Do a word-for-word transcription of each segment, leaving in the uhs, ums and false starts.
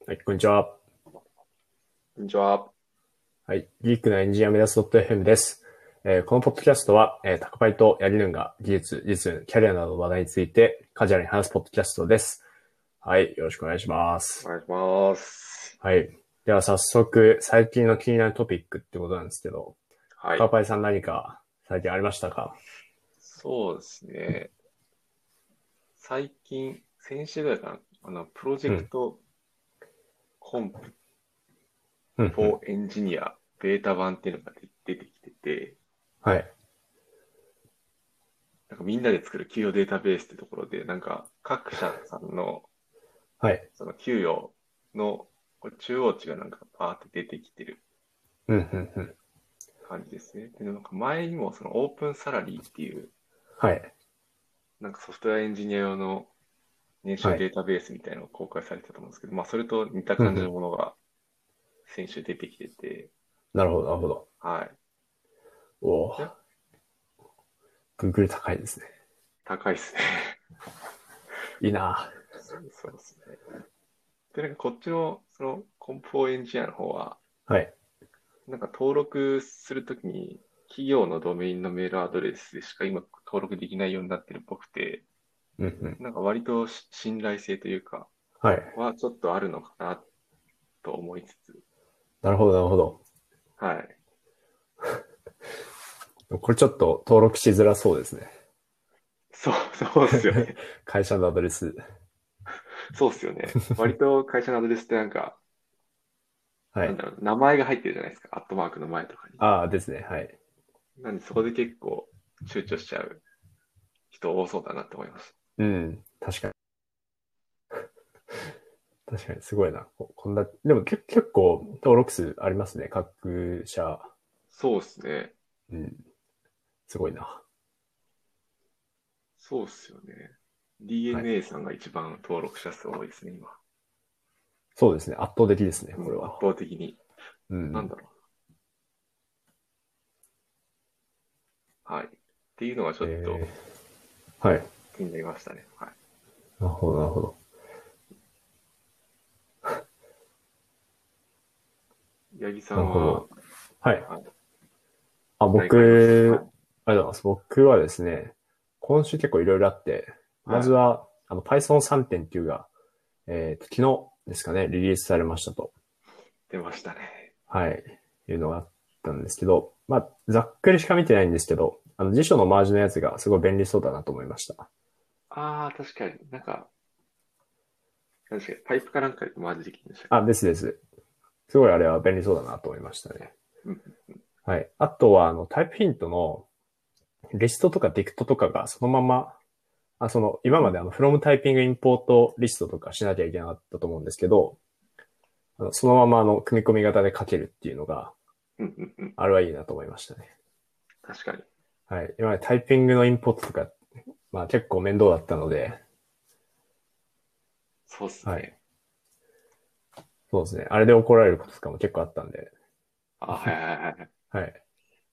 はい、こんにちは。 こんにちは。 はい、ギークなエンジニア目指す .fm です。えーこのポッドキャストは、えー、タカパイとヤリヌンが技術、実務、キャリアなどの話題についてカジュアルに話すポッドキャストです。はい、よろしくお願いします。 お願いします。 はい。では早速、最近の気になるトピックってことなんですけど、タはい。 カパイさん何か最近ありましたか？ そうですね。最近、先週ぐらいかな、あの、プロジェクうん、 トコンプうん、うん。 for Engineer ベータ版っていうのが出てきてて、 はい、 なんかみんなで作る給与データベースってところで、なんか各社さんのはい。 その給与のこれ中央値がなんかパーって出てきてるうん、うん、うん。 感じですね。で、なんか前にもそのオープンサラリーっていう、 はい、 なんかソフトウェアエンジニア用の年はい。 収データベースみたいなのが公開されてたと思うんですけど、まあ、それと似たうん、う感じのん。 ものが先週出てきてて、 なるほど、なるほど。 はい。 おー、 で、 Google 高いですね。 高いですね。 いいなそうそうですね。で、なんかこっちの、その、コンポエンジニアの方は、 ぁ。はい。 なんか登録するときに、企業のドメインのメールアドレスでしか今登録できないようになってるっぽくて、 うん、うん。 なんか割とし信頼性というか、 はい。 はちょっとあるのかなと思いつつ、 なるほど、なるほど。 はい。 これちょっと登録しづらそうですね。 そう、そうっすよね。 会社のアドレス。 そうっすよね。割と会社のアドレスってなんか、 はい。 なんだろう、名前が入ってるじゃないですか。アットマークの前とかに。 ああですね。はい。 なんでそこで結構躊躇しちゃう人多そうだなって思いましうん。確かに。確かに、すごいな。ここんな、でも結結構登録数ありますね。各社。 た。そうっすね。 うん。すごいな。 そうっすよね。 はい。 ディーエヌエー さんが一番登録者数多いですね、今。 そうですね。圧倒的ですね。 うん、圧これは。 倒的に。 うん。 なんだろう。はい。っていうのがちょっとえー、はい。 気になりましたね。はい。 なるほど、なるほど。 八木さなるんは、 ほど。はい。 はい。 あ、 何かあります僕、 はい。 ありがとうございます。僕はですね、今週結構いろいろあって、まはい。 ずは、あの、Python さんてんきゅうが、えーと、昨日ですかね、リリースされましたと。 出ましたね。 はい。いうのがあったんですけど、まあ、ざっくりしか見てないんですけど、あの、辞書のマージのやつがすごい便利そうだなと思いました。 ああ、確かに。なんか、確かに、パイプかなんかでマージできるんでしたっあ、 け。 ですです。すごいあれは便利そうだなと思いましたね。 うん。 はい。あとは、あの、タイプヒントのリストとかディクトとかがそのまま、あ、その、今まであの、from タイピングインポートリストとかしなきゃいけなかったと思うんですけど、あのそのままあの、組み込み型で書けるっていうのが、 うん。うん。うん。 あれはいいなと思いましたね。 確かに。 はい。今までタイピングのインポートとか、まあ結構面倒だったので、 そうっすはい。 ね。 そうですね。あれで怒られることとかも結構あったんで、 あ、はいはいはいはい。 はい。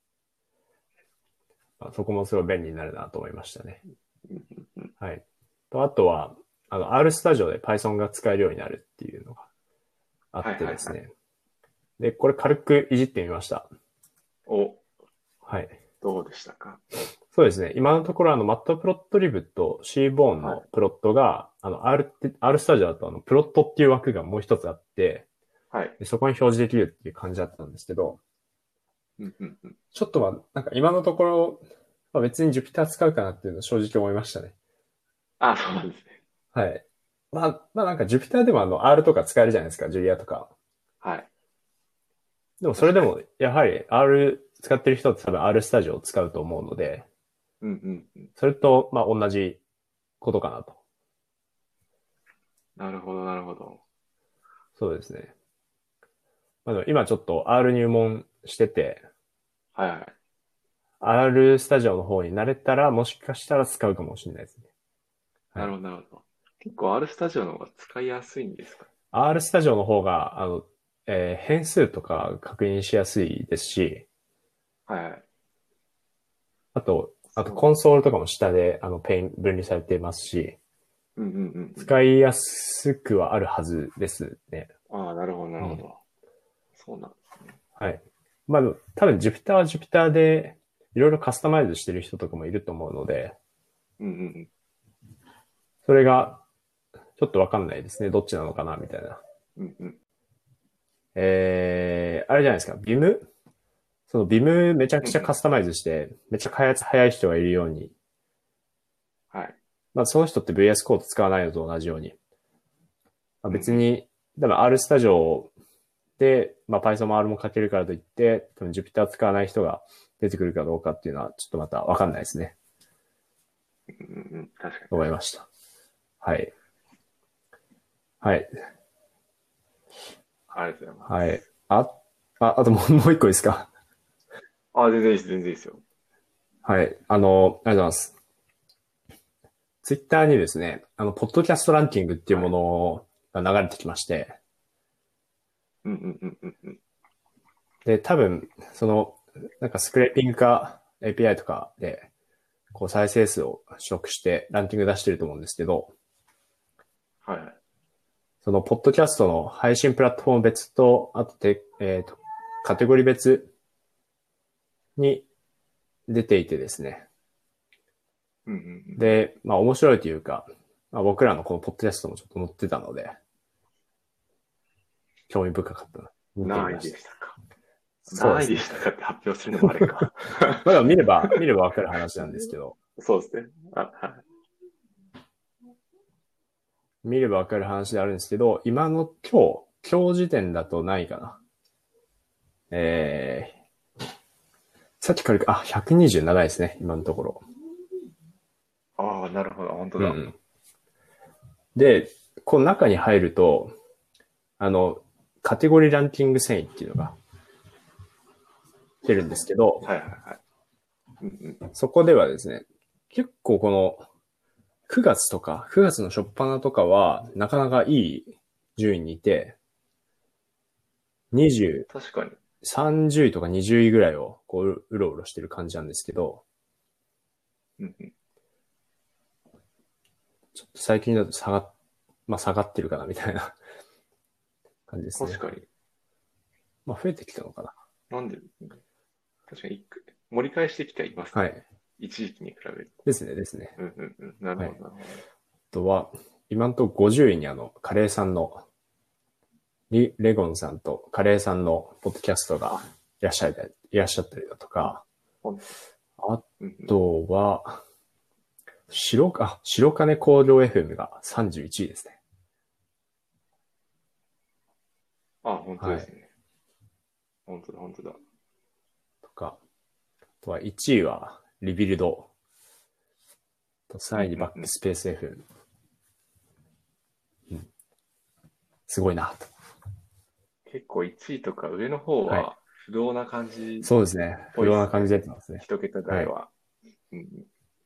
まあ、そこもすごい便利になるなと思いましたね。 うんうんうん。 はい。と、あとは、あの、R スタジオで Python が使えるようになるっていうのがあっはいはいはい。 てですね。で、これ軽くいじってみました。 お、 はい。 どうでしたか。 そうですね。今のところあの、マットプロットリブと シーボーンはい。 のプロットが、あの、R って、R スタジオだとあの、プロットっていう枠がもう一つあって、 はい。 でそこに表示できるっていう感じだったんですけど、 うんうんうん。 ちょっとまあ、なんか今のところ、まあ、別に Jupyter 使うかなっていうのは正直思いましたね。 あ、そうなんですね。 はい。まあ、まあなんか Jupyter でもあの R とか使えるじゃないですか、ジュリアとか。 はい。 でもそれ確かに。 でも、やはり R 使ってる人って多分 R スタジオを使うと思うので、 うんうんうん。 それと、まあ同じことかなと。 なるほど、なるほど。 そうですね。まあでも今ちょっと R 入門してて、 はいはい。 R スタジオの方に慣れたらもしかしたら使うかもしれないですね。はい。 なるほど、なるほど。結構 R スタジオの方が使いやすいんですか。 R スタジオの方が、あの、えー変数とか確認しやすいですし、 はいはい。 あと、あとそうなんだ。 コンソールとかも下で、あの、ペイン分離されていますし、 うんうんうんうん。 使いやすくはあるはずですね。 ほど。そうなんですね。 はい。まあ、多分 Jupyter は Jupyter でいろいろカスタマイズしてる人とかもいると思うので、 うんうんうん。 それがちょっとわかんないですね。どっちなのかなみたいな。 うんうん。 えー、あれじゃないですか。Vim? その Vim めちゃくちゃカスタマイズして、めっちゃ開発早い人がいるように、 はい。 まあその人って ブイエス コード使わないのと同じように、まあ、別うんに、多分 RStudio で、まあ Python も R も書けるからといって、多分 Jupyter 使わない人が出てくるかどうかっていうのは、ちょっとまたわかんないですね。 うんうん。確かに。 思いました。はい。はい。 ありがとうございます。 はい。あ、あ、あともう、もう一個ですか。 あ、全然いいです、全然いいですよ。 はい。あの、ありがとうございます。ツイッターにですね、あの、ポッドキャストランキングっていうものが流れてきまして、 うんうんうんうんうん。 で、多分、その、なんかスクレーピングか エーピーアイ とかで、こう再生数を取得してランキング出してると思うんですけど、 はいはい。 その、ポッドキャストの配信プラットフォーム別と、あとて、えっと、カテゴリー別に出ていてですね。 うんうんうん。 で、まあ面白いというか、まあ、僕らのこのポッドキャストもちょっと載ってたので、興味深かったな。見てみ何位ました。 でしたか。 そうですね。 何位でしたかって発表するのもあれか。 まあでも見れば、見ればわかる話なんですけど、 そうですね。あ、はい。 見ればわかる話であるんですけど、今の今日、今日時点だとないかな。えー、さっきから、あ、ひゃくにじゅうななですね、今のところ。 ああ、なるほど。本当だ。 うんうん。で、この中に入ると、あの、カテゴリーランキング遷移っていうのが出るんですけど、 はいはいはい。うんうん。 そこではですね、結構このくがつとか、くがつの初っ端とかは、なかなかいい順位にいて、にじゅう、 確かに。 さんじゅういとかにじゅういぐらいをこううろうろしてる感じなんですけど、 うんうん。 ちょっと最近だと下がっ、まあ下がってるかなみたいな感じですね。 確かに。 まあ増えてきたのかなんで、確かに一回、盛り返してきてはいますな。 ね。 はい。 一時期に比べるですね、ですね。 と。うんうんうん。なるはい。 ほど、なるほど。 あとは、今のところごじゅういにあの、カレーさんの、リ、レゴンさんとカレーさんのポッドキャストがいらっしゃったり、いらっしゃったりだとか、 本あうんうん。 とは、白か、あ白金工業 エフエム がさんじゅういちいですね。 あ、本当はい。 ですね。本当だ、本当だ。 とか、あとはいちいはリビルド。とうんさんいにバッうんうん。 クスペース エフエム。うん、すごいなと。 結構いちいとか上の方はい。 は不動な感じっそうですね。不ぽいですね。 動な感じでやってますね。 一桁はい。 台は。うんうん。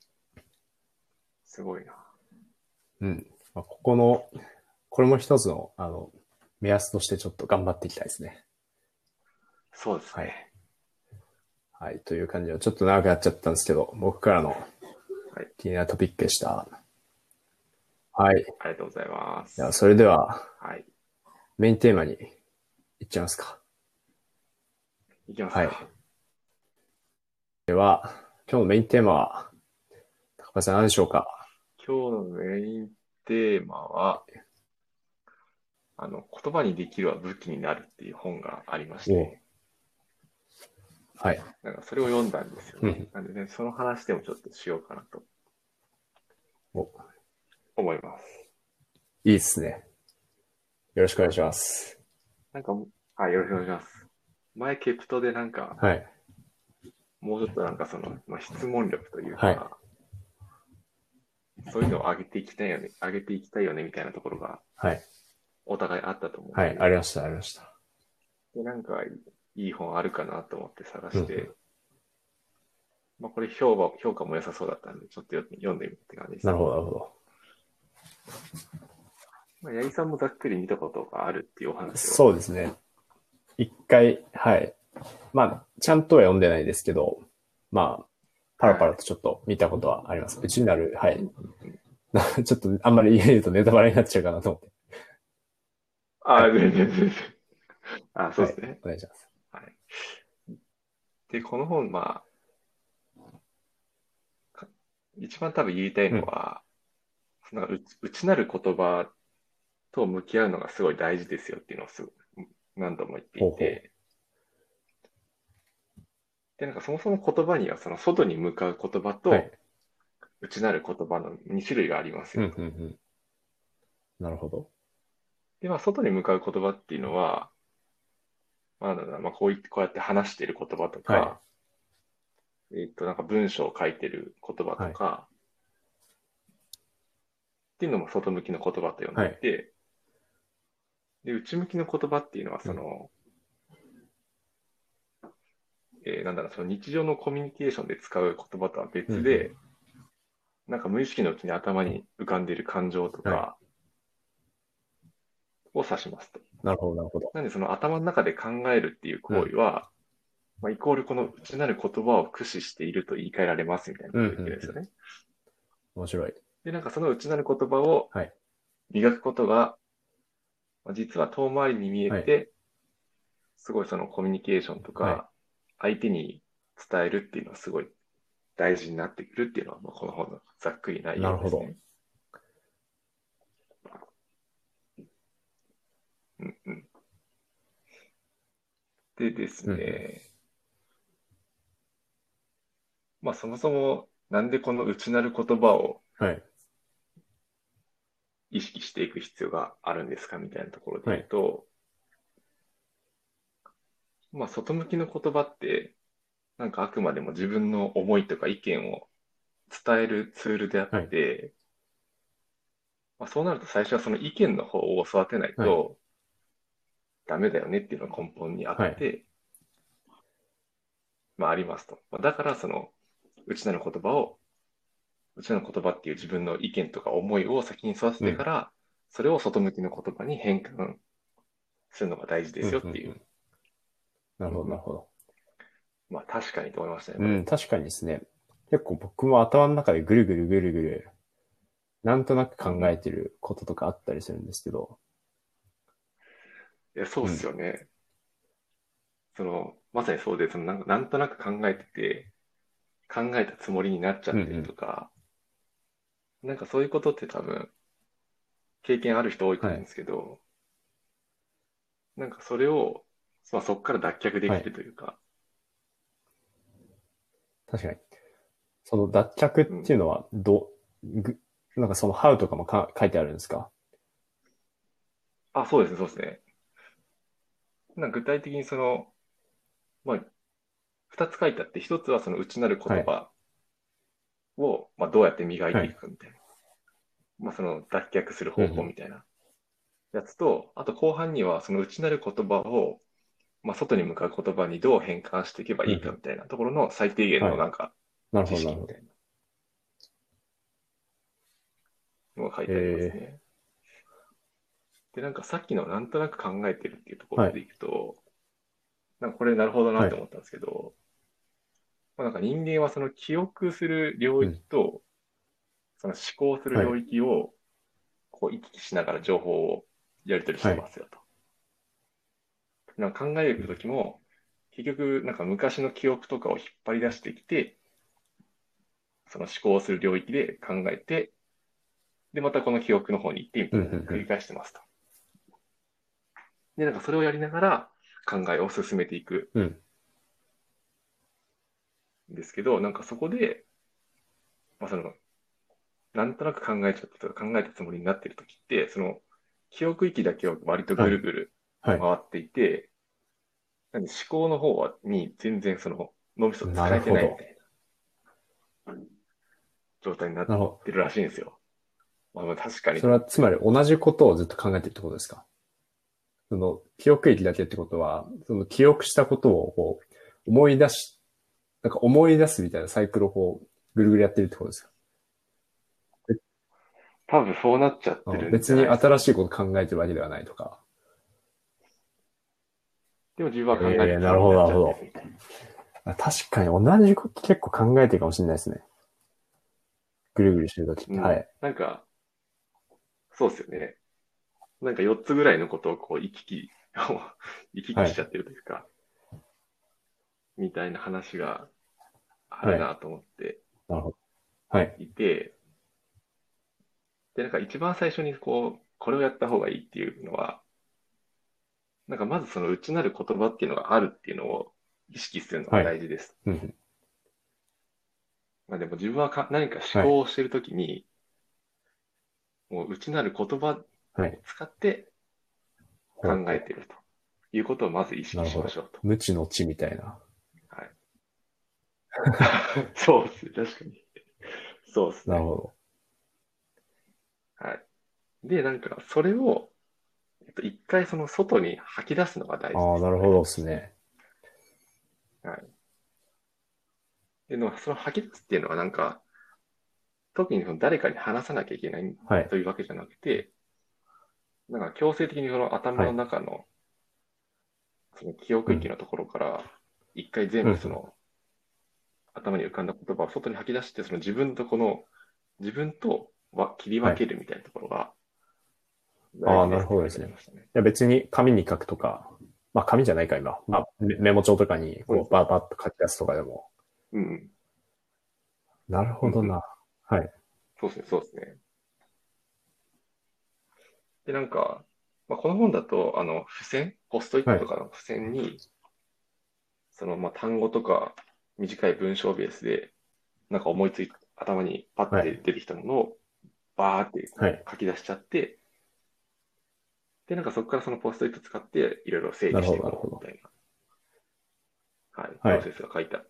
すごいな。 うん。まあ、ここの、これも一つの、あの、目安としてちょっと頑張っていきたいですね。 そうですはい。 ね。 はい。という感じで、ちょっと長くなっちゃったんですけど、僕からのはい。 気になるトピックでした。はい。 ありがとうございまでは、 す。 それでは、 はい。 メインテーマに行っちゃいますか。 いきますはい。 か。 では、今日のメインテーマは、高橋さん何でしょうか？ 今日のメインテーマは、あの、言葉にできるは武器になるっていう本がありましおて、 はい。 なんかそれを読んだんですよね。 うん。 なんでね、その話でもちょっとしようかなとお、 思います。 いいですね。よろしくお願いします。 なんか、あ、よろしくお願いします。前、ケプトでなんか、 はい。 もうちょっとなんかその、まあ、質問力というはい。 か、そういうのを上げていきたいよね、上げていきたいよねみたいなところがはい。 お互いあったと思うんはい。ありで、 ました、ありました。 で、なんかいい本あるかなと思って探うんうん。 して、まあこれ評価、評価も良さそうだったんで、ちょっと読んでみるって感じですね。 なるほど、なるほど。 まあ、八木さんもざっくり見たことがあるっていうお話を。 そうですね。一回、はい。まあ、ちゃんとは読んでないですけど、まあ、パラパラはい。 とちょっと見たことはあります。うちになる、はい。ちょっとあんまり言えるとネタバレになっちゃうかなと思って。はああ、 い。 全然全然。 あ、そうはい。 ですね。 お願いします。 はい。で、この本、まあ、か一番多分言いたいうん。 のは、なんか内、内なる言葉と向き合うのがすごい大事ですよっていうのをすご何度も言っていほうほて、で、なんかそもそも言葉にはその外に向かう言葉う。はい。 と内なる言葉のに種類がありますうん、うん、 よと。 うん。なるほど。 で、まあ、外に向かう言葉っていうのは、まあ、なんだろうなまあ、こういって、こうやって話している言葉とはい。 か、えっと、なんか文章を書いてる言葉とはい。 か、っていうのも外向きの言葉と呼んはい。 でいて、で、内向きの言葉っていうのは、 うん。 その、えーなんだろう、その日常のコミュニケーションで使う言葉とはうん、う別で、 ん。 なんか無意識のうちに頭に浮かんでいる感情とはい。 かを指しますと。 なるほど、なるほど。 なんで、その頭の中で考えるっていううん。 行為は、まあ、イコールこの内なる言葉を駆使していると言い換えられますみたいなうん、うことを言ってるんん、うん。 ですよね。 面白い。 で、なんかその内なる言葉をはい。 磨くことが、まあ実は遠回りに見えはい。 て、すごいそのコミュニケーションとはい。 か、相手に伝えるっていうのはすごい大事になってくるっていうのは、まあ、この本のざっくり内なるほど。 容ですね。うんうん。でですうん、うん。 ね、まあそもそもなんでこの内なる言葉をはい。 意識していく必要があるんですかみたいなところではい。 言うと、まあ外向きの言葉って、なんかあくまでも自分の思いとか意見を伝えるツールであっはい。 て、まあ、そうなると最初はその意見の方を育てないはい。 とダメだよねっていうのが根本にあっはい。 て、まあありますと。まあだからその内なる言葉を、内なる言葉っていう自分の意見とか思いを先に育てうん。 てから、それを外向きの言葉に変換するのが大事でうん、 すよっうん、 ていう。 うん。なるほど、なるうんうん。 ほど。 まあ確かにと思いましたね、 うん、 これ。 確かにですね。結構僕も頭の中でぐるぐるぐるぐる、なんとなく考えうんうん。 てることとかあったりするんですけど、 いや、そうっすうん。 よね。その、まさにそうで、そのなんかなんとなく考えてて、考えたつもりになっちゃってるうんうん。 とか、なんかそういうことって多分経験ある人多いと思うんではい。 すけど、なんかそれを、まあ、そこから脱却できるはい。 というか、 確かに。その脱却っうん。 ていうのは、ど、ぐ、なんかその how とかもか書いてあるんですか？ あ、そうですね、そうですね。なんか具体的にその、まあ、二つ書いてあって、一つはその内なるはい。 言葉を、まあ、どうやって磨いはい。 ていくかみたいな。まあ、その脱却する方うんうん。 法みたいなやつと、あと後半にはその内なる言葉を、まあ、外に向かう言葉にどう変換していけばいいかうんうん。 みたいなところの最低限はい。 のなんか知なるほど、なるほど。 識みたいなのが書いてありますえね。で、なんかさっきのなんとなく考えてるっていうとこー、はい。 ろでいくと、なんかこれなるほどなはい。 って思ったんですけど、まあ、なんか人間はその記憶する領うん。 域と、その思考する領はい。 域をこう行き来しながら情報をやり取りしはい。 てますよと。なんか考えるうん。 ときも、結局なんか昔の記憶とかを引っ張り出してきて、その思考する領域で考えて、で、またこの記憶の方に行ってみうん。うたいなのを繰りん。 返してますと。で、なんかそれをやりながら考えを進めていくうん。 んですけど、なんかそこで、まあ、そのなんとなく考えちゃったとか考えたつもりになっているときって、その記憶域だけは割とぐはい。 るぐるはい。 回っていて、なんで思考の方はに全然その脳みそな使えてなるほど。 いみたいな状態になっなるほど。 てるらしいんですよ。まあ、まあ確かにそれはつまと思って。 り同じことをずっと考えてるってことですか？その、記憶域だけってことは、その記憶したことをこう、思い出し、なんか思い出すみたいなサイクルをこう、ぐるぐるやってるってことですか？べ多分そうなっちゃってうん、 るんじ別にゃないですかね。 新しいこと考えてるわけではないとか。 でも自分は考えたええー、なるほど、 つもりになっちゃってるなるほど。 みたいな。 あ、確かに同じこと結構考えてるかもしれないですね。ぐるぐるしてるときって。はうん。 い。 なんか、そうですよね。なんかよっつぐらいのことをこう行き来もう行きはい。 来しちゃってるというか、みたいな話があはい。 るなと思ってなるほど。はい。 いて、で、なんか一番最初にこう、これをやった方がいいっていうのは、なんかまずその内なる言葉っていうのがあるっていうのを意識するのがはい。 大事です。 うん。 まあでも自分はか何か思はい。 考をしているときに、もう内なる言葉はい。 を使って考ほうほえているということをまず意う。な識るほど。 しましょうと。 無知の知みたいな。 はい。そうですね。確かに。そうですね。 なるほど。 はい。で、なんか、それを、えっと、一回その外に吐き出すのが大事ああ、 ですってなるほどです書いてありましたね。 ね。 はい。で、のその吐き出すっていうのはなんか、特にその誰かに話さなきゃいけないはい。 というわけじゃなくて、なんか強制的にその頭のはい。 中のその記憶うん。 域のところから、一回全うん。 部その頭に浮かんだ言葉を外に吐き出して、その自分とこの、自分とは切りはい。 分けるみたいなところが大ああ、な事ですって書いてるほどですね。いありましたね。 や、別に紙に書くとか、まあ紙じゃないか、今。まあメメモ帳とかに、こう、 そうですね。 バーバーっと書き出すとかでも。 うん。 なるうんうん。 ほどな。はい。 そうですね、そうですね。で、なんか、まあ、この本だと、あの、付箋、ポストイッはい。 トとかの付箋に、その、まあ、単語とか短い文章ベースで、なんか思いついた、頭にパッはい。 て出てきたものを、バーってはい。 こう書き出しちゃって、で、なんかそこからそのポストイット使って、いろいろ整なるほど、 理していなるほど。 こうみたいな、はい、プはい。 ロセスが書いてあって、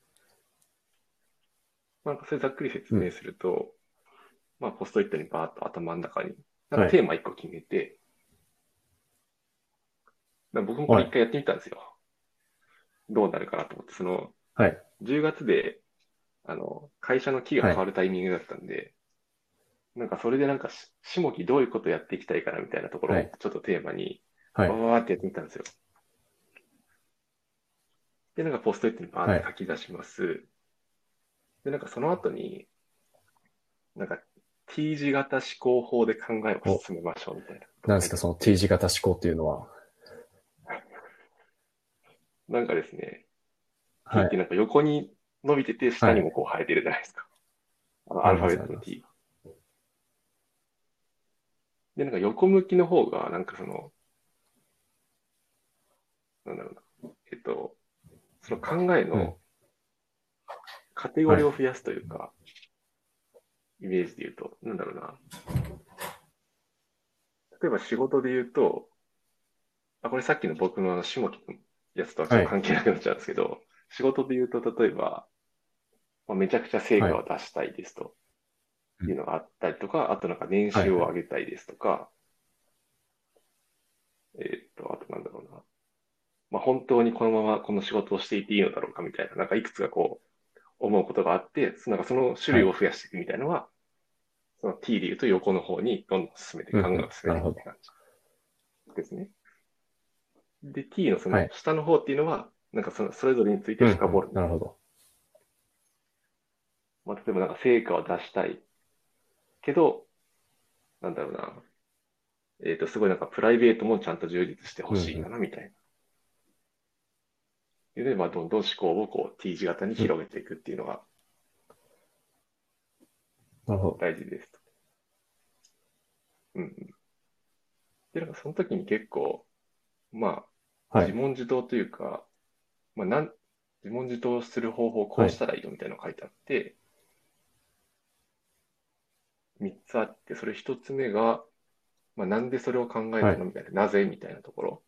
なんかそれざっくり説うん。 明すると、まあ、ポストイットにバーッと頭の中に、なんかはい。 テーマ一個決めて、なんか僕もこはい。 れ一回やってみたんですよ。どうなるかなと思って、その、 はい。 じゅうがつで、あの、会社の期がはい。 変わるタイミングだったんで、なんかそれでなんかし、下期どういうことやっていきたいかなみたいなところはい。 をちょっとテーマに、 はい。 わわーってやってみたんですよ。で、なんかポストイットにバーっはい。 て書き出します。で、なんかその後に、なんか T 字型思考法で考えをお、 進めましょうみたいなことが書いなんですか、その T てあって、 字型思考っていうのは。 なんかですね、T はい。 ってなんか横に伸びてて下はい。 にもこう生えてるじゃないですか。あの、アあります、 ルファベットのあります。 T。で、なんか横向きの方が、なんかその、なんだろうな。えっと、その考えうん。 のカテゴはい。 リーを増やすというか、イメージで言うと、なんだろうな。例えば仕事で言うと、あ、これさっきの僕のあの、下木のやつとはちょっとはい。 関係なくなっちゃうんですけど、仕事で言うと、例えば、まあ、めちゃくちゃ成はい。 果を出したいですとうん。 いうのがあったりとか、あとなんか年はい。 収をはい。 上げたいですとか、えーっと、あとなんだろうな。まあ、本当にこのままこの仕事をしていていいのだろうかみたいな、なんかいくつかこう、思うことがあって、そなんかその種はい。 類を増やしていくみたいなのは、その T で言うと横の方にどんどん進めて、 うん。 考えをうん。 進めていなるほど。 くって感じですね。で、T のそはい。 の下の方っていうのは、なんかそのそれぞれについてうん。うん。 深掘るみたいな。 なるほど。 まあ、例えばなんか成果を出したいけど、なんだろうな。えっと、すごいなんかプライベートもちゃんと充実してほうん。うしいかん。 なみたいな。で、まあ、どんどん思考をこう T 字型にうん。 広げていくっていうのがなるほど。 大事ですと。うんうん。で、なんかその時に結構、まあ、自はい。 問自答というか、まあ、なん、自問自答する方法こはい。 うしたらいいよみたいなのが書いてあって、みっつあって、それひとつめが、まあ、なんでそれを考えはい。 たのみたいな、なぜみたいなところ。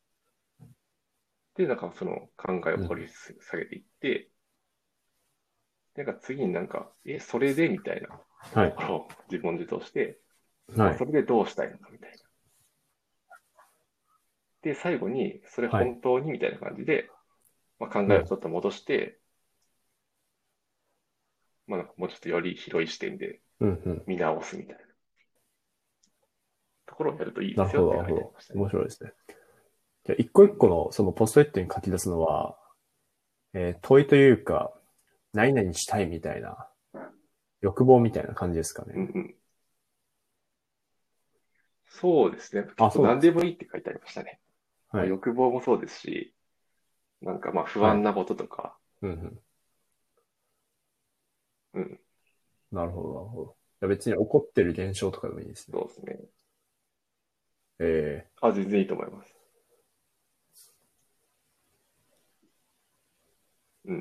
で、なんかその考えをうん。 掘り下げていって、なんか次になんか、え、それでみたいなはい。 ところを自問自答して、まあ、 はい。 それでどうしたいのかみたいな。で、最後に、それはい。 本当にみたいな感じで、まあ、考うん。 えをちょっと戻して、まあ、なんかもうちょっとより広い視点でうん。うん。 見直すみたいなところをやるといいでなるほど、 すよって書いなるほど。 てありましたね。 面白いですね。じゃあ、一個うん。 一個のそのポストイットに書き出すのは、えー問いというか、何々したいみたいな、欲望みたいな感じですかね。 うんうん。 そうですね。 あ、 結構何そうなんですか。 でもいいって書いてありましたね。まあ、 はい。 欲望もそうですし、なんかまあ不はい。 安なこととか、 うんうん。 うん、 なるほど、なるほど。いや別に起こってる現象とかでもいいですね。 そうですね。 えあ、全然いいと思います。うん。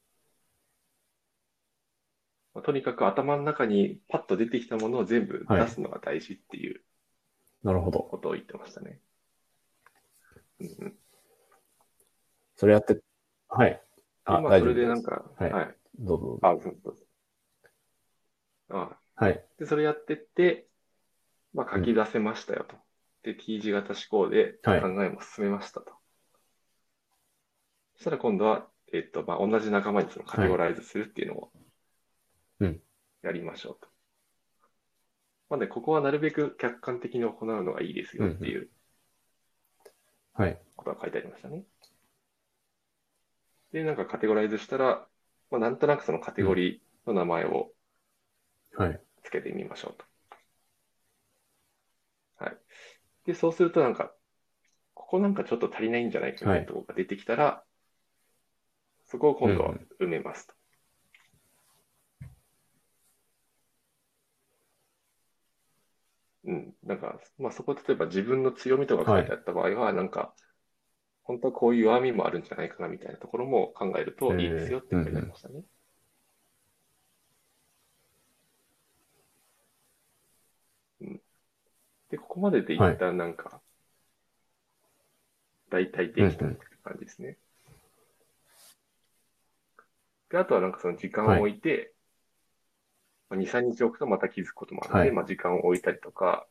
まあ、とにかく頭の中にパッと出てきたものを全部ー、はい。 出すのが大事っていうなるほど。 ことを言ってましたね。うんうん。 それやって、はい。 で、 あ、 まあそれ大丈夫です。 でなんか、 はい。 はい。 どうぞどうぞ。 あ、そうそうそう。あ、 はい。 で、それやってって、まあ書うん。 き出せましたよと。で、T 字型思考ではい。 考えも進めましたと。そしたら今度は、えっと、まあ同じ仲間にそのカテはい。 ゴライズするっていうのをうん。 やりましょうと。まあね、ここはなるべく客観的に行うのがいいですうん。うん。 よっていうはい。 ことが書いてありましたね。で、なんかカテゴライズしたら、まあ、なんとなくそのカテうん。 ゴリーの名前をはい。 つけてみましょうと。はい。で、そうするとなんか、ここなんかちょっと足りないんじゃないかみたいなはい。 ところが出てきたら、そこを今度はうん。 埋めますと。うん。なんか、まあそこ例えば自分の強みとか書いてあはい。 った場合は、なんか、本当はこういう弱みもあるんじゃないかなみたいなところも考えるといいですよっえー、うん。 て書いてありうん。 ましたね。うん。で、ここまでで一はい。 旦なんか、大体うん。 できたってうん。 感じですね。で、あとはなんかその時間を置はい。 いて、まあに、さんにち置くとまた気づくこともあるんで、 はい。 まあ時間を置いたりとか、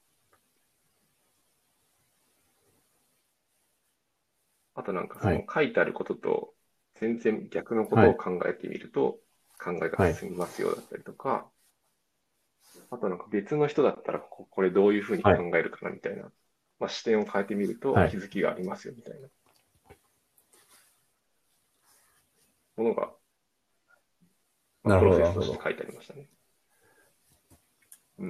あとなんかそはい。 の書いてあることと全然逆のこはい。 とを考えてみると考えがはい。 進みますよだったりとか、あとなんか別の人だったらここれどういうふうに考はい。 えるかなみたいな、まあ、視点を変えてみるとはい。 気づきがありますよみたいなものが、まあ、 なるほど、 プロセなるほど。 スとして書いてありましたね。うん。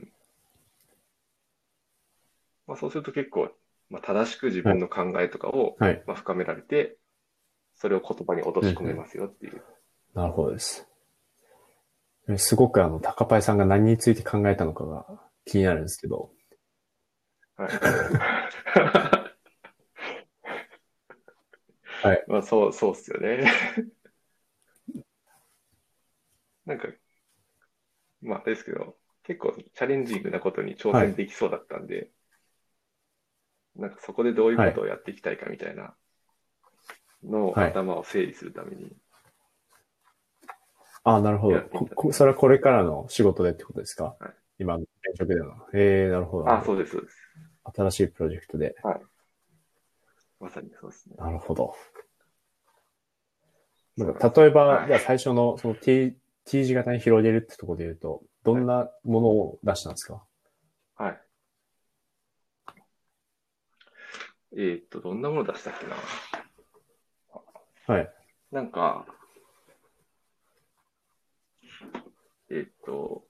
まあ、そうすると結構、まあ、正しく自はい。 分の考えとかを、 はい。 まあ、深められて、それを言葉に落とうん。うん。 し込めますよっていう。 なるほどです。えすごくあの、高パイさんが何について考えたのかが気になるんですけど。 はい。 はい。 まあ、そう、そうっすよね。なんか、まあ、ですけど、結構チャレンジングなことに挑戦はい。 できそうだったんで、なんかそこでどういうはい。 ことをやっていきたいかみたいなのをはい。 頭を整理するためにあ、なるほど。 やってみこ、こ、 たって感じです。 それはこれからの仕事でってことですか？ はい。 今の転職での。ええ、なるほど、なるあ、 ほど。 そうです、そうです。 新しいプロジェクトで。 はい。まさにそうですね。 なるほど。なんか、 そうなんですよ。 例えば、 はい。 じゃあ最初のその T、T 字型に広げるってところで言うと、どはい。 んなものを出したんですか？ はい。えーっと、どんなもの出したっけな。 はい。 なんか、えーっと、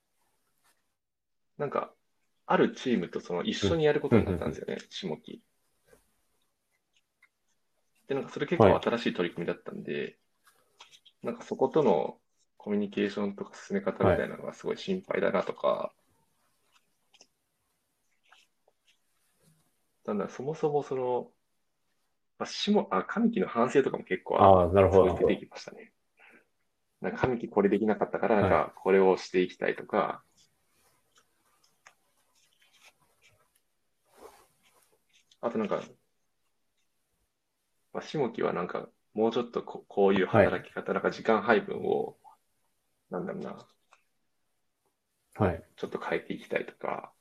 なんか、あるチームとその一うん。 緒にやるこうん、 とにうん、うん。 なったんですよね、下期。で、なんかそれ結はい。 構新しい取り組みだったんで、なんかそことのコミュニケーションとか進め方みはい。 たいなのがすごい心配だなとか、なんだ、そもそもその、まあ、下、あ、上期の反省とかも結構あ、 ああ、なるほど、 すごい出てなるほど。 きましたね。なんか上期これできなかったから、なんはい。 かこれをしていきたいとか、あとなんか、まあ、下期はなんかもうちょっとこ、こういうはい。 働き方、なんか時間配分を、なんだろうな、 はい。 ちょっと変えていきたいとか、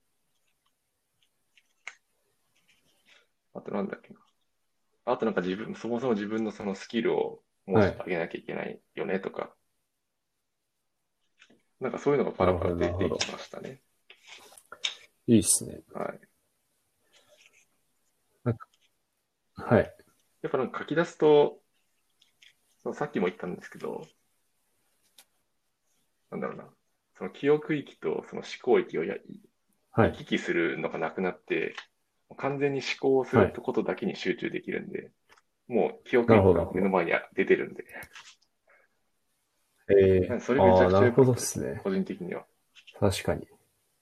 あとなんだっけな。あとなんか自分、そもそも自分のそのスキルをもうはい。 ちょっと上げなきゃいけないよねとか、なんかそういうのがパラパラなるほど、なるほど。 出てきましたね。 いいっすね。 はい。 なんか、はい。 やっぱなんか書き出すと、そのさっきも言ったんですけど、なんだろうな、その記憶域とその思考域をやはい。 行き来するのがなくなって、完全に思考をするはい。 ことだけに集中できるんで、もう記憶なるほど、な力がるほど。 目の前に出てるんで、 ええなんでそれめちああ、 ゃくちゃ良かなるほどったですね、 ですね。 個人的には。 確かに。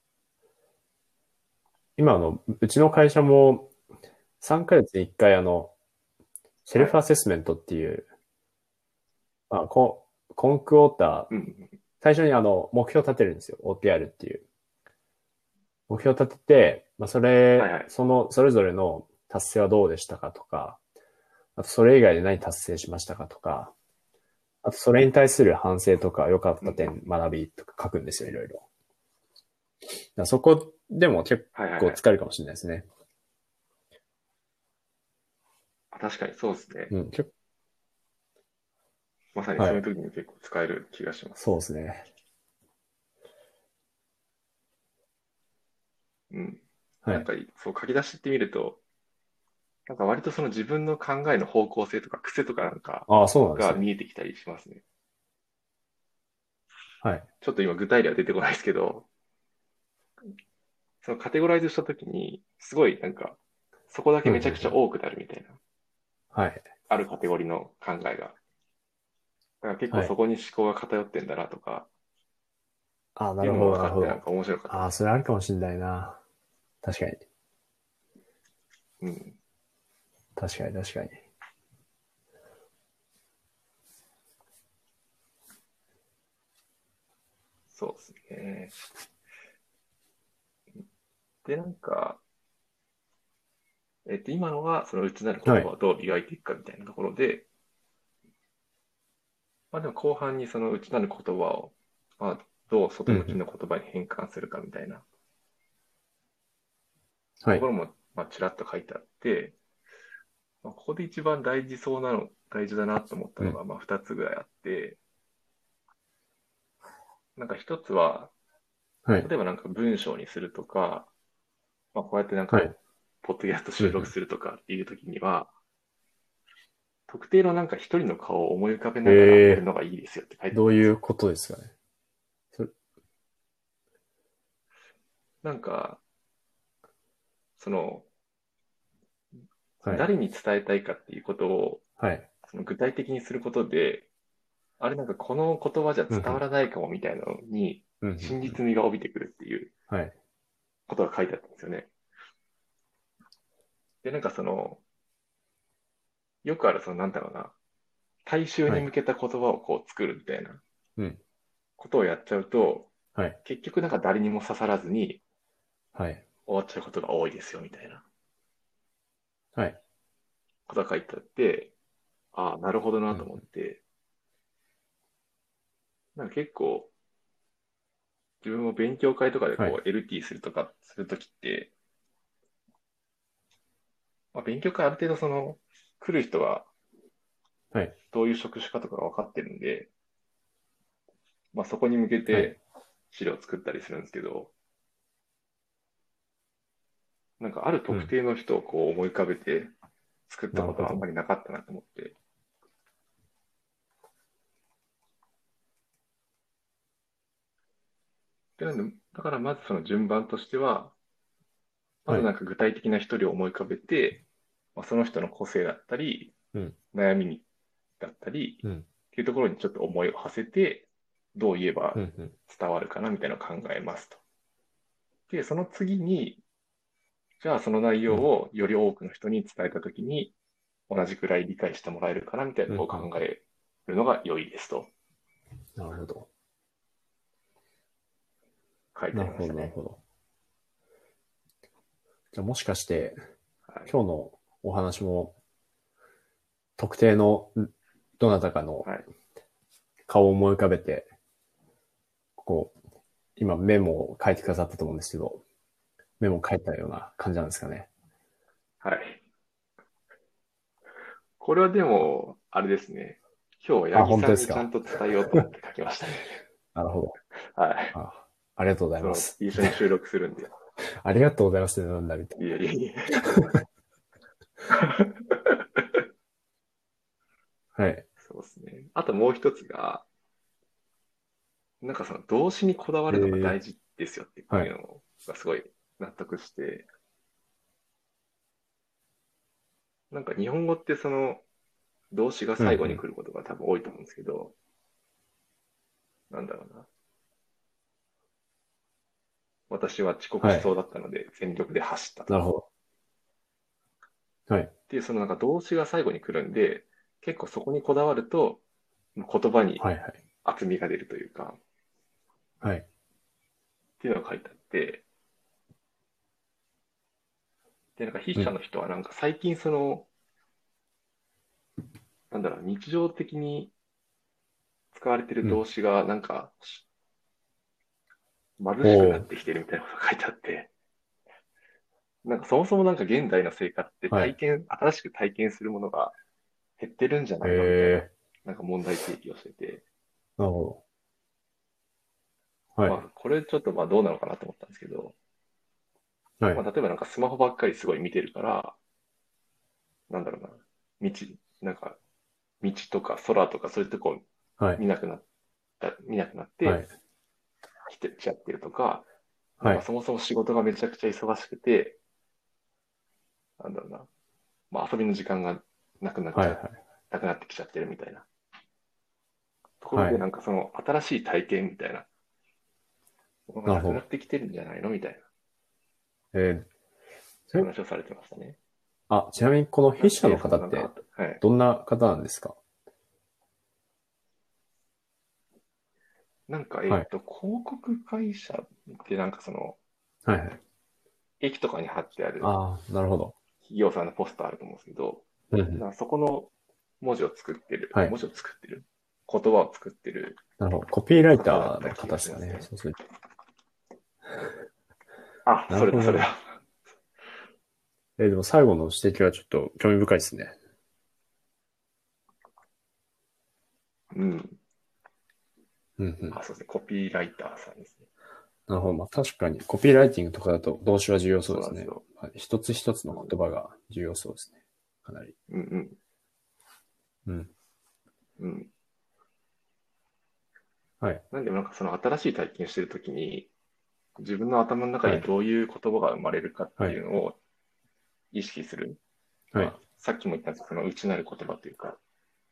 今あの、うちの会社もさんかげつにいっかいあの、セルはい。 フアセスメントっていう、まあ、コン、コンクォーター、 うん。 最初にあの、目標を立てるんですよ。オーティーアール っていう。目標を立てて、まあ、それ、 はいはい。 その、それぞれの達成はどうでしたかとか、あとそれ以外で何達成しましたかとか、あとそれに対する反省とか良かっうんうん。 た点、学びとか書くんですよ、いろいろ。だからそこでも結はいはいはい。 構使えるかもしれないですね。 あ、確かにそうですね。 うん、結まさに構、はい。 そういう時に結構使える気がします。 そうですね。 うん。 はい。 なんか、そう書き出してみると、なんか割とその自分の考えの方向性とか癖とかなんかああ、そうなんですがね。 見えてきたりしますね。 はい。 ちょっと今具体例は出てこないですけど、そのカテゴライズしたときに、すごいなんか、そこだけうん、うめちゃくちゃん、うん。 多くなるみたいな、 はい。 あるカテゴリーの考えが。だから結構はい。 そこに思考が偏ってんだなとか、 ああ、 っていうのもなるほど、 分かってなんなるほど。 か面白かったああ、そです。 れあるかもしれないな。確かに。 うん。 確かに、確かに。 そうですね。で、なんか、えっと、今のはその内なる言はい。 葉をどう磨いていくかみたいなところで、まあでも後半にその内なる言葉を、まあ、どう外うん、うん。 向きの言葉に変換するかみたいなはい。 ところも、まあ、ちらっと書いてあって、まあ、ここで一番大事そうなの、大事だなと思ったうん。 のが、まあ、二つぐらいあって、なんか一つは、 はい。 例えばなんか文章にするとか、まあ、こうやってなんか、 はい。 ポッドキャストうん、うん。 収録するとかっていう時には、特定のなんか一人の顔を思い浮かべながらやるええのがいいですよって書いてあっどうたんですよ。 いうことですかね。それ、 なんか、その、 はい。 誰に伝えたいかっていうことを、 はい。 その具体的にすることで、あれなんかこの言葉じゃうん、うん。 伝わらないかもみたいなのに、 うん、うん。 真うん実味が帯びてくるっていうはい。 ことが書いてあったんですよね。で、なんかその、よくあるその、なんだろうな、大衆はい。 に向けた言葉をこう作るみたいなうん。 ことをやっちゃうと、 はい。 結局なんか誰にも刺さらずにはい。 終わっちゃうことが多いですよみたいなはい。 ことが書いてあって、ああ、なるほどなとうん。 思って、なんか結構自分も勉強会とかではい。 こう エルティー するとかするときって、まあ、勉強会ある程度その来る人ははい。 どういう職種かとかが分かってるんで、まあ、そこに向けはい。 て資料を作ったりするんですけど、なんかあるうん。 特定の人をこう思い浮かべて作ったことはあんまなるほど。 りなかったなと思って。で、なんで、だからまずその順番としては、まはい。 ずなんか具体的な一人を思い浮かべて、まあ、その人の個性だったり、 うん。 悩みだったり、 うん。 っていうところにちょっと思いを馳せて、どう言えばうん。うん。 伝わるかなみたいなのを考えますと。で、その次に、じゃあその内容うん。 をより多くの人に伝えたときに、同じくらい理解してもらえるかなみたいなうん。 のをうん。 考えるのが良いですとなるほど。 書いてあなるほど、 りましたね。 なるほど。じゃあもしかして、 はい。 今日のお話も、特定のどなたかのはい。 顔を思い浮かべて、こう、今メモを書いてくださったと思うんですけど、メモを書いたような感じなんですかね。 はい。これはでも、あれですね。今日はあ、 八木本当ですか。 さんにちゃんと伝えようと思って書きましたね。 なるほど。 はい。 あ、ありがとうございその、 ます。 一緒に収録するんで。 ありがとうございますなんだみたいいえいえいえ。 な。はい。 そうですね。あともう一つが、なんかその動詞にこだわるのが大えー、 事ですよってはい。 いうのがすごい納得して、なんか日本語ってその動詞がうん、う最後にん。 来ることが多分多いと思うんですけど、なんだろうな。私は遅刻しそうはい。 だったので全力で走ったとか。 なるほど。はい。 っていうそのなんか動詞が最後に来るんで、結構そこにこだわると言葉にはい、はい。 厚みが出るというか、っはい。 ていうのが書いてあって、で、なんか筆うん。 者の人はなんか最近その、なんだろう、日常的に使われているうん。 動詞がなんか眩しくなおー。 ってきてるみたいなことが書いてあって、なんかそもそもなんか現代の生活ってはい。 体験、新しく体験するものが減ってるんじゃないのみたいな、 えなんか問題提起をしてて、 ー。なるほど。はい。 まあこれちょっとまあどうなのかなと思ったんですけど、まあはい。 例えばなんかスマホばっかりすごい見てるから、なんだろうな、道、なんか道とか空とかそういうとこはい。 見なくなった、見なくなってはい。 きてちゃってるとか、なんはい。 かそもそも仕事がめちゃくちゃ忙しくて、なんだろうな、まあ遊びの時間がなくなっはい。 ちゃ、 はい。 なくなってきちゃってるみたいなところで、なはい。 んかその新しい体験みたいなものがなくなっなるほど。 てきてるんじゃないのみたいなえー、それ、 話をされてましたね。 あ、ちなみにこの筆者のなんで、そのなんか、 方ってはい。 どんな方なんですか？ なんか、えはい。 っと、広告会社ってなんかその、 はいはい。 駅とかに貼ってあるああ、なるほど。 企業さんのポスターあると思うんですけど、 うんうん。 なんかそこの文字を作ってる、 はい。 文字を作ってる、言葉を作ってるなるほど。コピーライタ方だった気ーの方ですかね。 がしますね。 そうする。 あ、 なるそれだ、それだ。 ほどな。えーでも最後の指摘はちょっと興味深いですね。 うん。 うんうん。 あ、そうですね。コピーライターさんですね。 なるほど。まあ確かにコピーライティングとかだと動詞は重要そうですね。 そうなんですよ。 はい、一つ一つのうん、 言葉が重要そうですね。かなり。 うん、 うん。 うん。うん。 はい。 なんで、なんかその新しい体験してるときに、自分の頭の中はい。 にどういう言葉が生まれるかってはい。 いうのを意識する。 はい。 まあ、さっきも言ったんですけど、その内なる言葉というか、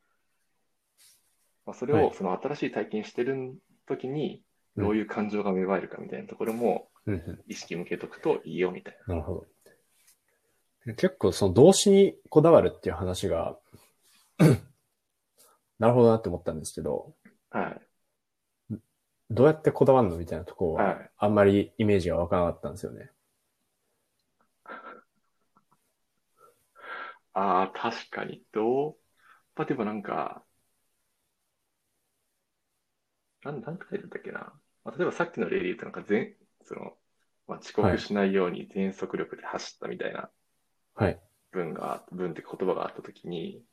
まあ、それはい。 をその新しい体験してるときに、 うん。 どういう感情が芽生えるかみたいなところもうんうん。 意識向けとくといいよみたいなるほど。結構その動詞にこだわるっていう話が、なるほどなって思ったんですけど、 な。はい。 どうやってこだわるのみたいなところは、 はい。 あんまりイメージがわからなかったんですよね。 ああ、確かに。どう例えばなんか、なん、なんて書いてあったっけな。まあ、例えばさっきの例で言うとなんか全、その、まあ、遅はい。 刻しないように全速力で走ったみたいなはい。 文が、文って言葉があったときに、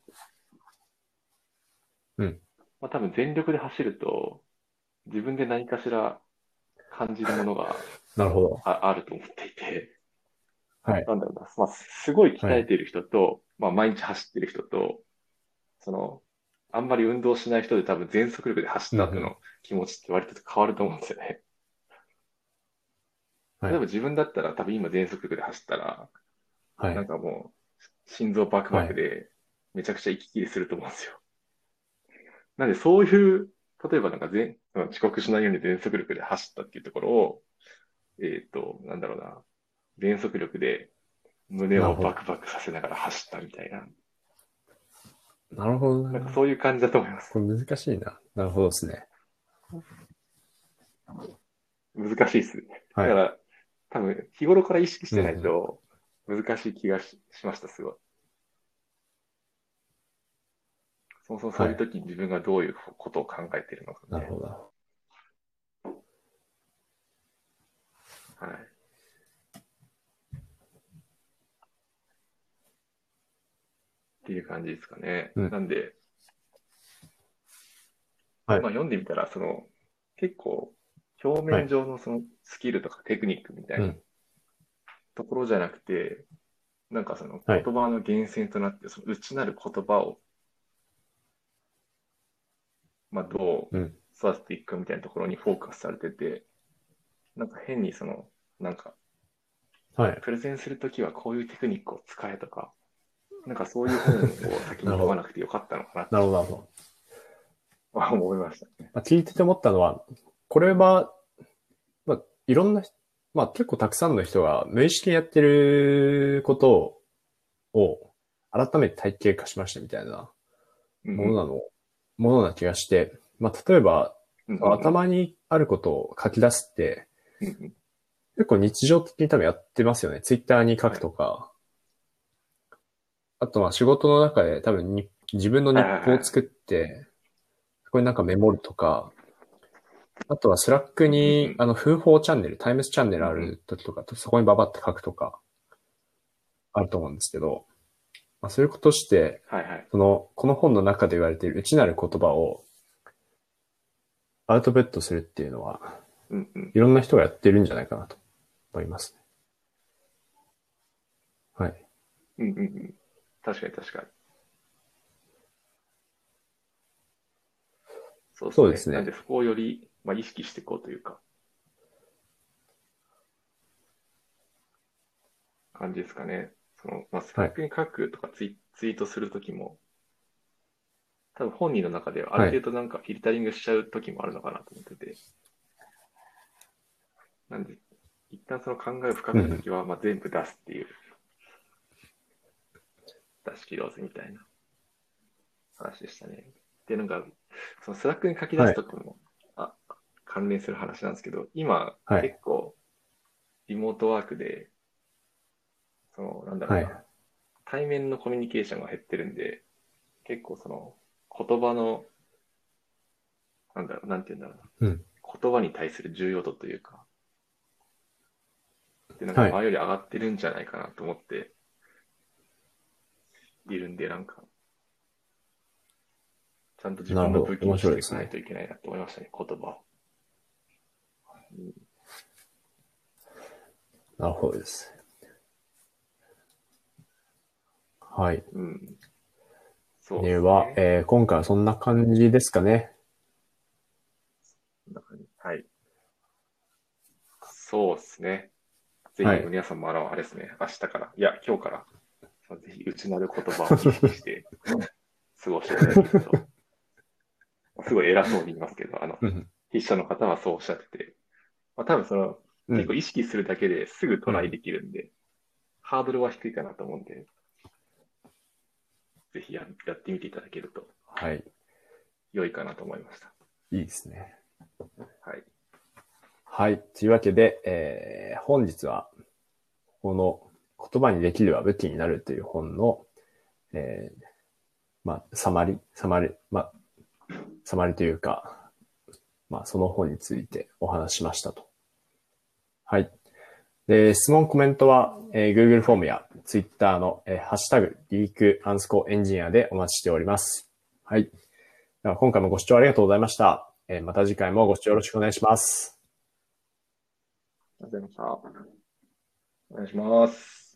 うん。 まあ、多分全力で走ると、自分で何かしら感じるものがなるほど。 あ、あると思っていて、 はい。 なんだろうな、まあ、すごい鍛はい。 えている人と、まあ、毎日走っている人と、その、あんまり運動しない人で多分全速力で走っうんうん。 た後の気持ちって割と変わると思うんですよね。 はい。 例えば自分だったら多分今全速力で走ったら、なんはい。 かもう心臓バクバはい。 クでめちゃくちゃ息切れすると思うんですよ。なんでそういう、例えばなんか全、遅刻しないように全速力で走ったっていうところを、えっと、なんだろうな、全速力で胸をなるほど。 バクバクさせながら走ったみたいな、 なるほどなんかな。 そういう感じだと思います。 これ難しいな。なるほどですね。 難しいですね。 はい。 だから多分日頃から意識してないうんうん。 と難しい気がし、しました、すごい。そもそもそういうはい。 時に自分がどういうことを考えているのかみたいなるほど。 な。はい。っていう感じですかね。 うん。 なんで、 はい。 まあ読んでみたら、その、結構、表面はい。 上のそのスキルとかテクニックみたいなうん。 ところじゃなくて、なんかそのはい。 言葉の源泉となって、その内なる言葉を、まあどうん。 う育てていくかみたいなところにフォーカスされてて、なんか変にその、なんかはい。 プレゼンするときはこういうテクニックを使えとか、なんかそういう本を先になるほど。 読まなくてよかったのかなっなるほど、 てちょっなるほど。 と思いましたね。 まあ、聞いてて思ったのは、これは、まあ、いろんな、まあ結構たくさんの人が無意識にやってることを改めて体系化しましたみたいなうんうん。 ものなの、ものな気がして、まあ例えば、 うんうん頭にあることを書き出すって、 うん。うんうん。 結構日常的に多分やってますよね。ツイッターに書くはい。 とか、あとは仕事の中で多分に自分のはい日はいはい。 報を作って、そこになんかメモるとか、あとはスラックうんうんうにん。 あの風報チャンネル、タイムスチャンネルあうんうん。 る時とか、そこにババって書くとかあると思うんですけど、まあ、そういうことして、 はいはい。 その、この本の中で言われている内なる言葉をアウトプットするっていうのは、 うんうん。 いろんな人がやってるんじゃないかなと思いますね。はい。 うんうんうん。確かに確かに。そうですね。 そうですね。 なんでそこをより、まあ、意識していこうというか、感じですかね。その、まあ、スラはい。 ックに書くとかツイ、ツイートするときも、多分本人の中ではあるはい。 程度なんかフィルタリングしちゃうときもあるのかなと思ってて、なんで、一旦その考えを深うんうん。 めたときは、まあ、全部出すっていう、出し切ろうぜみたいな話でしたね。で、なんか、そのスラックに書き出はい。 すときも、あ、関連する話なんですけど、今はい。 結構リモートワークで、その、なんだろうはい。 な、対面のコミュニケーションが減ってるんで、結構その、言葉の、なんだろう、なんて言うんだろうな、 うん。 言葉に対する重要度というか、で、なんかはい。 前より上がってるんじゃないかなと思っているんで、なんか、ちゃんと自なるほど。 分の武器面にしていかない白いですね。 といけないなと思いましたね、言葉を。うん。 なるほどです。はい。 うん、そうででは、 すね。 えー、今回はそんな感じですかね。 こんな感じ。はい。そうですね。ぜひはい。 皆さんもあの、あれですね、明日から、いや、今日から、ぜひ内なる言葉を意識して過ごしていただけると、すごい偉そうに言いますけど、あの、 うん。 筆者の方はそうおっしゃってて、まあ、多分その、 うん。 結構意識するだけですぐトうん。 ライできるんで、ハードルは低いかなと思うんで、ぜひや、やってみていただけるとはい。 良いかなと思いました。 いいですね。 はい。 はい。というわけで、えー、本日は、この言葉にできるは武器になるという本の、えー、まあ、サマリ、サマリ、まあ、サマリというか、まあ、その本についてお話ししましたと。はい。で、質問、コメントは、えー Google フはい。 ォームや Twitter の、えーハッシュタグ、リークアンスコエンジニアでお待ちしております。はい。では今回もご視聴ありがとうございました。えーまた次回もご視聴よろしくお願いします。 ありがとうございました。お願いします。